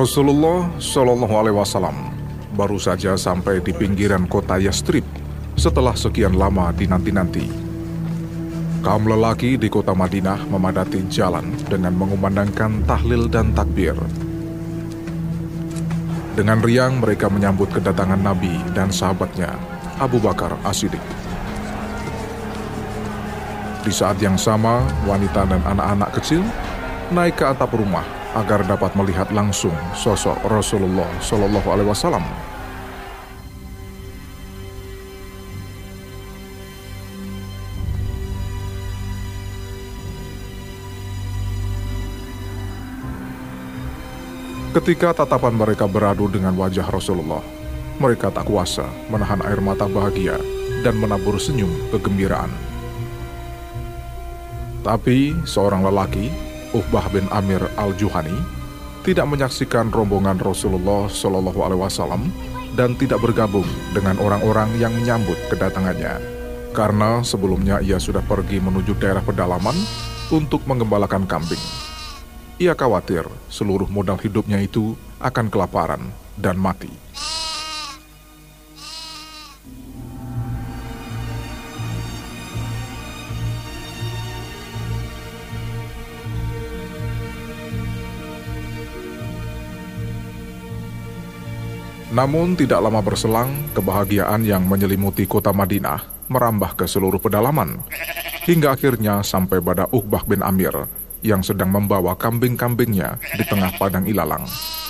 Rasulullah Shallallahu Alaihi Wasallam baru saja sampai di pinggiran kota Yastrib setelah sekian lama dinanti-nanti. Kaum lelaki di kota Madinah memadati jalan dengan mengumandangkan tahlil dan takbir. Dengan riang mereka menyambut kedatangan Nabi dan sahabatnya, Abu Bakar As-Siddiq. Di saat yang sama, wanita dan anak-anak kecil naik ke atap rumah agar dapat melihat langsung sosok Rasulullah Shallallahu Alaihi Wasallam. Ketika tatapan mereka beradu dengan wajah Rasulullah, mereka tak kuasa menahan air mata bahagia dan menabur senyum kegembiraan. Tapi seorang lelaki, Uqbah bin Amir al-Juhani, tidak menyaksikan rombongan Rasulullah Shallallahu Alaihi Wasallam dan tidak bergabung dengan orang-orang yang menyambut kedatangannya, karena sebelumnya ia sudah pergi menuju daerah pedalaman untuk menggembalakan kambing. Ia khawatir seluruh modal hidupnya itu akan kelaparan dan mati. Namun tidak lama berselang, kebahagiaan yang menyelimuti kota Madinah merambah ke seluruh pedalaman, hingga akhirnya sampai pada Uqbah bin Amir yang sedang membawa kambing-kambingnya di tengah padang ilalang.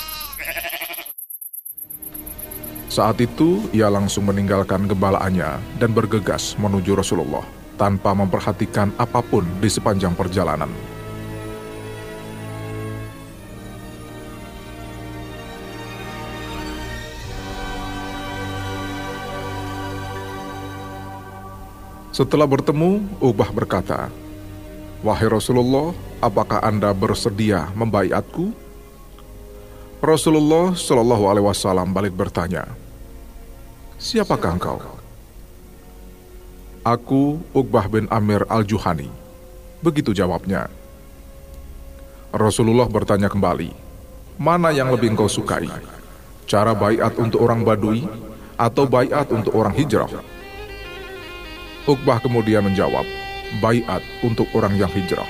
Saat itu, ia langsung meninggalkan gembalaannya dan bergegas menuju Rasulullah tanpa memperhatikan apapun di sepanjang perjalanan. Setelah bertemu, Uqbah berkata, "Wahai Rasulullah, apakah Anda bersedia membaiatku?" Rasulullah Shallallahu Alaihi Wasallam balik bertanya, "Siapakah engkau?" "Aku Uqbah bin Amir al-Juhani," begitu jawabnya. Rasulullah bertanya kembali, "Mana yang lebih engkau sukai? Cara baiat untuk orang Badui atau baiat untuk orang hijrah?" Uqbah kemudian menjawab, "Baiat untuk orang yang hijrah."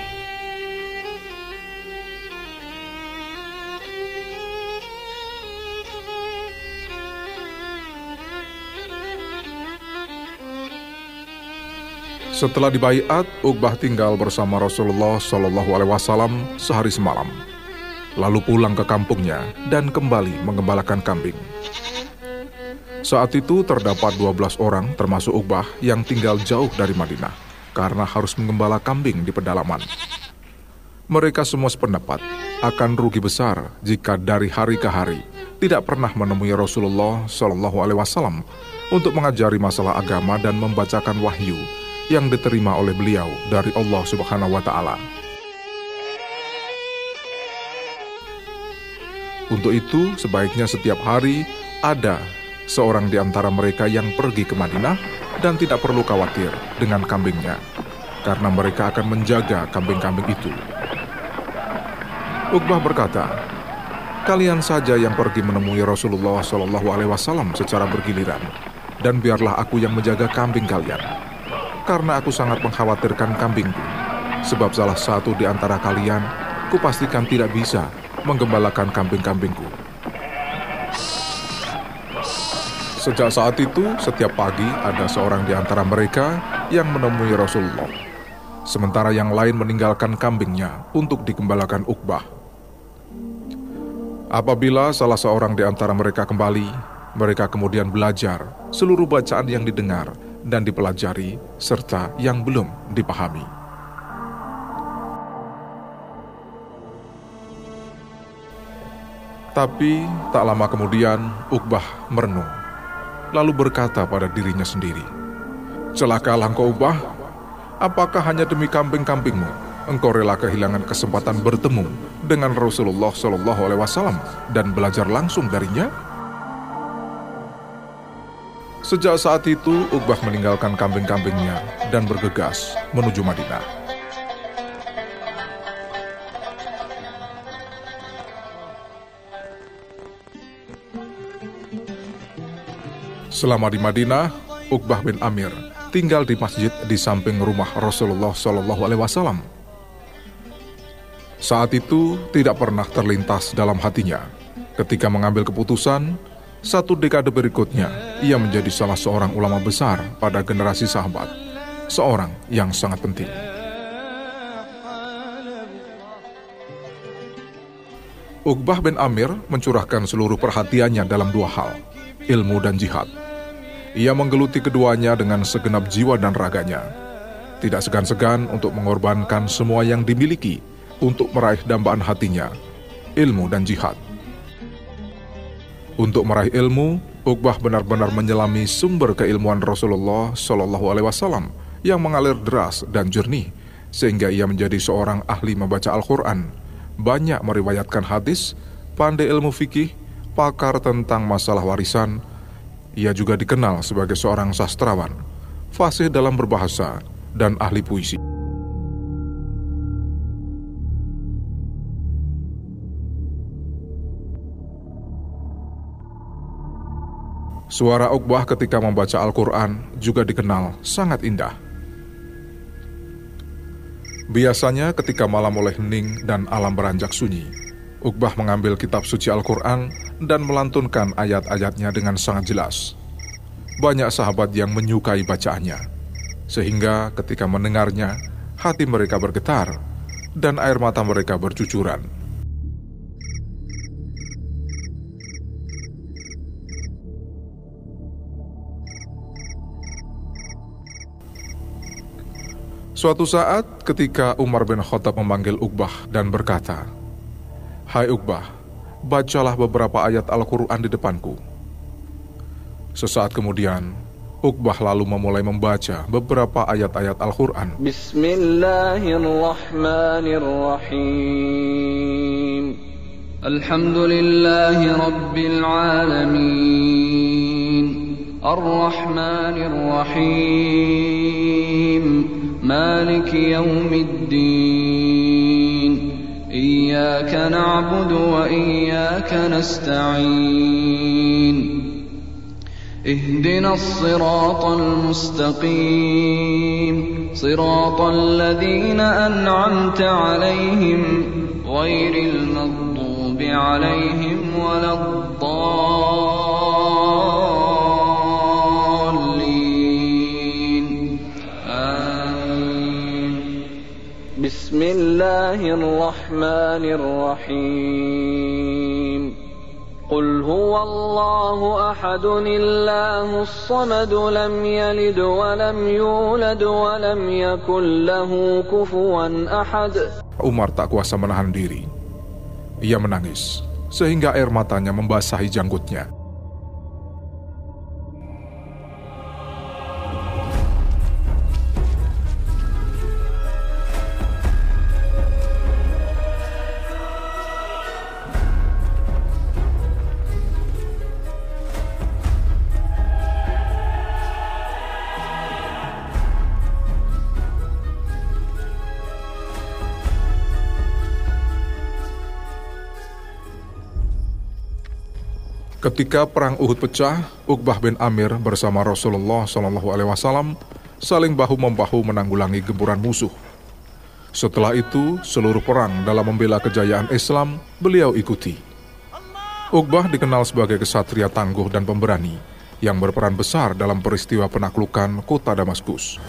Setelah dibaiat, Uqbah tinggal bersama Rasulullah Shallallahu Alaihi Wasallam sehari semalam, lalu pulang ke kampungnya dan kembali menggembalakan kambing. Saat itu terdapat 12 orang termasuk Uqbah yang tinggal jauh dari Madinah karena harus menggembala kambing di pedalaman. Mereka semua sependapat akan rugi besar jika dari hari ke hari tidak pernah menemui Rasulullah Shallallahu Alaihi Wasallam untuk mengajari masalah agama dan membacakan wahyu yang diterima oleh beliau dari Allah Subhanahu wa Ta'ala. Untuk itu, sebaiknya setiap hari ada seorang di antara mereka yang pergi ke Madinah dan tidak perlu khawatir dengan kambingnya, karena mereka akan menjaga kambing-kambing itu. Uqbah berkata, "Kalian saja yang pergi menemui Rasulullah Shallallahu Alaihi Wasallam secara bergiliran, dan biarlah aku yang menjaga kambing kalian, karena aku sangat mengkhawatirkan kambingku, sebab salah satu di antara kalian kupastikan tidak bisa menggembalakan kambing-kambingku." Sejak saat itu, setiap pagi ada seorang di antara mereka yang menemui Rasulullah, sementara yang lain meninggalkan kambingnya untuk digembalakan Uqbah. Apabila salah seorang di antara mereka kembali, mereka kemudian belajar seluruh bacaan yang didengar dan dipelajari, serta yang belum dipahami. Tapi tak lama kemudian, Uqbah merenung, lalu berkata pada dirinya sendiri, "Celakalah engkau Uqbah, apakah hanya demi kambing-kambingmu engkau rela kehilangan kesempatan bertemu dengan Rasulullah Shallallahu Alaihi Wasallam dan belajar langsung darinya?" Sejak saat itu, Uqbah meninggalkan kambing-kambingnya dan bergegas menuju Madinah. Selama di Madinah, Uqbah bin Amir tinggal di masjid di samping rumah Rasulullah SAW. Saat itu tidak pernah terlintas dalam hatinya ketika mengambil keputusan, 1 dekade berikutnya ia menjadi salah seorang ulama besar pada generasi sahabat, seorang yang sangat penting. Uqbah bin Amir mencurahkan seluruh perhatiannya dalam 2 hal, ilmu dan jihad. Ia menggeluti keduanya dengan segenap jiwa dan raganya, tidak segan-segan untuk mengorbankan semua yang dimiliki untuk meraih dambaan hatinya, ilmu dan jihad. Untuk meraih ilmu, Uqbah benar-benar menyelami sumber keilmuan Rasulullah SAW yang mengalir deras dan jernih, sehingga ia menjadi seorang ahli membaca Al-Quran, banyak meriwayatkan hadis, pandai ilmu fikih, pakar tentang masalah warisan. Ia juga dikenal sebagai seorang sastrawan, fasih dalam berbahasa, dan ahli puisi. Suara Uqbah ketika membaca Al-Quran juga dikenal sangat indah. Biasanya ketika malam mulai hening dan alam beranjak sunyi, Uqbah mengambil kitab suci Al-Quran dan melantunkan ayat-ayatnya dengan sangat jelas. Banyak sahabat yang menyukai bacaannya, sehingga ketika mendengarnya, hati mereka bergetar dan air mata mereka bercucuran. Suatu saat ketika Umar bin Khattab memanggil Uqbah dan berkata, "Hai Uqbah, bacalah beberapa ayat Al-Quran di depanku." Sesaat kemudian, Uqbah lalu memulai membaca beberapa ayat-ayat Al-Quran. Bismillahirrahmanirrahim. Alhamdulillahi Rabbil Alamin. Ar-Rahmanirrahim. مالك يوم الدين إياك نعبد وإياك نستعين اهدنا الصراط المستقيم صراط الذين أنعمت عليهم غير المغضوب عليهم ولا Bismillahirrahmanirrahim. Qul huwallahu ahadun illahus samad lam yalid wa lam yulad wa lam yakul lahu kufuwan ahad. Umar tak kuasa menahan diri. Ia menangis sehingga air matanya membasahi janggutnya. Ketika perang Uhud pecah, Uqbah bin Amir bersama Rasulullah SAW saling bahu-membahu menanggulangi gempuran musuh. Setelah itu, seluruh perang dalam membela kejayaan Islam beliau ikuti. Uqbah dikenal sebagai kesatria tangguh dan pemberani yang berperan besar dalam peristiwa penaklukan kota Damaskus.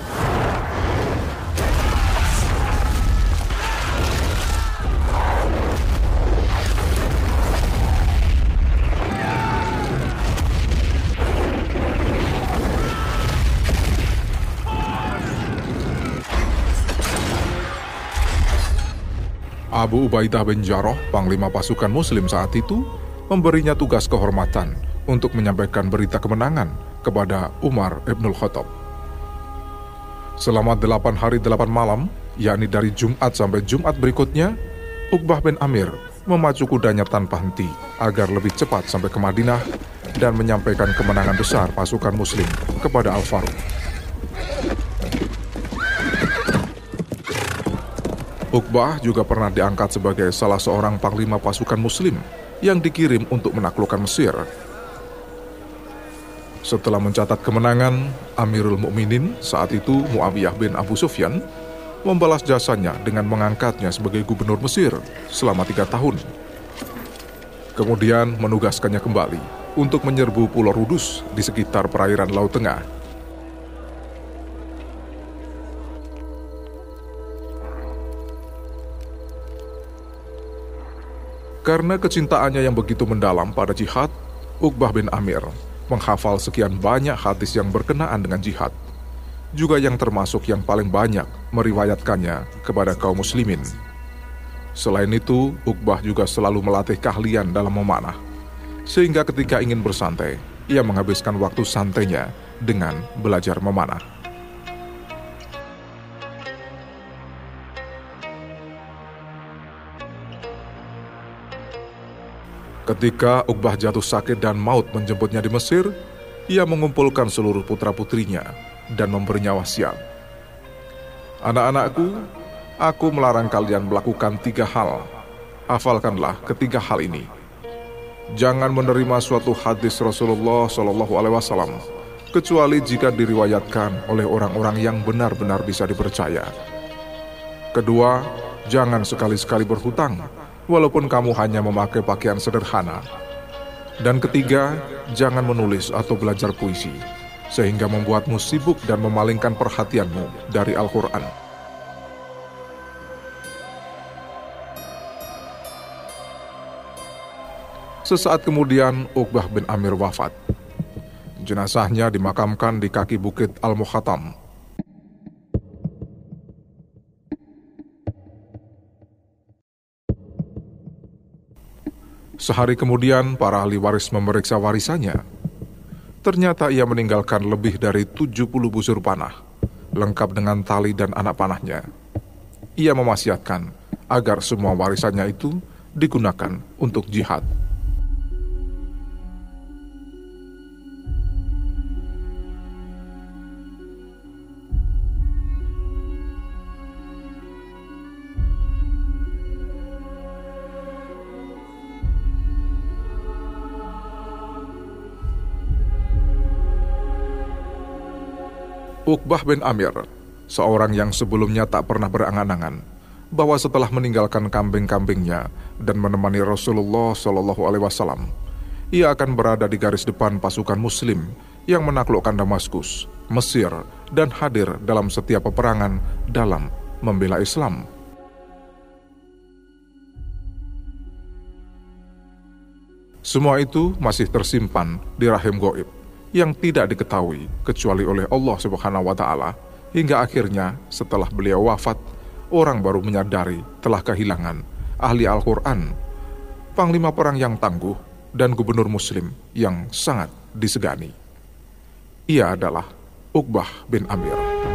Abu Ubaidah bin Jarrah, panglima pasukan muslim saat itu, memberinya tugas kehormatan untuk menyampaikan berita kemenangan kepada Umar ibnul Khattab. Selama 8 hari 8 malam, yakni dari Jumat sampai Jumat berikutnya, Uqbah bin Amir memacu kudanya tanpa henti agar lebih cepat sampai ke Madinah dan menyampaikan kemenangan besar pasukan muslim kepada Al-Faruq. Uqbah juga pernah diangkat sebagai salah seorang panglima pasukan muslim yang dikirim untuk menaklukkan Mesir. Setelah mencatat kemenangan, Amirul Mukminin saat itu Muawiyah bin Abu Sufyan membalas jasanya dengan mengangkatnya sebagai gubernur Mesir selama 3 tahun. Kemudian menugaskannya kembali untuk menyerbu Pulau Rudus di sekitar perairan Laut Tengah. Karena kecintaannya yang begitu mendalam pada jihad, Uqbah bin Amir menghafal sekian banyak hadis yang berkenaan dengan jihad, juga yang termasuk yang paling banyak meriwayatkannya kepada kaum muslimin. Selain itu, Uqbah juga selalu melatih keahlian dalam memanah, sehingga ketika ingin bersantai, ia menghabiskan waktu santainya dengan belajar memanah. Ketika Uqbah jatuh sakit dan maut menjemputnya di Mesir, ia mengumpulkan seluruh putra-putrinya dan memberinya wasiat. "Anak-anakku, aku melarang kalian melakukan 3 hal. Hafalkanlah ketiga hal ini. Jangan menerima suatu hadis Rasulullah SAW, kecuali jika diriwayatkan oleh orang-orang yang benar-benar bisa dipercaya. Kedua, jangan sekali-sekali berhutang, walaupun kamu hanya memakai pakaian sederhana. Dan ketiga, jangan menulis atau belajar puisi, sehingga membuatmu sibuk dan memalingkan perhatianmu dari Al-Quran." Sesaat kemudian, Uqbah bin Amir wafat. Jenazahnya dimakamkan di kaki bukit Al-Mukhatam. Sehari kemudian, para ahli waris memeriksa warisannya. Ternyata ia meninggalkan lebih dari 70 busur panah, lengkap dengan tali dan anak panahnya. Ia mewasiatkan agar semua warisannya itu digunakan untuk jihad. Uqbah bin Amir, seorang yang sebelumnya tak pernah berangan-angan bahwa setelah meninggalkan kambing-kambingnya dan menemani Rasulullah SAW, ia akan berada di garis depan pasukan Muslim yang menaklukkan Damaskus, Mesir, dan hadir dalam setiap peperangan dalam membela Islam. Semua itu masih tersimpan di rahim gaib yang tidak diketahui kecuali oleh Allah Subhanahu wa Ta'ala, hingga akhirnya setelah beliau wafat, orang baru menyadari telah kehilangan ahli Al-Quran, panglima perang yang tangguh, dan gubernur Muslim yang sangat disegani. Ia adalah Uqbah bin Amir.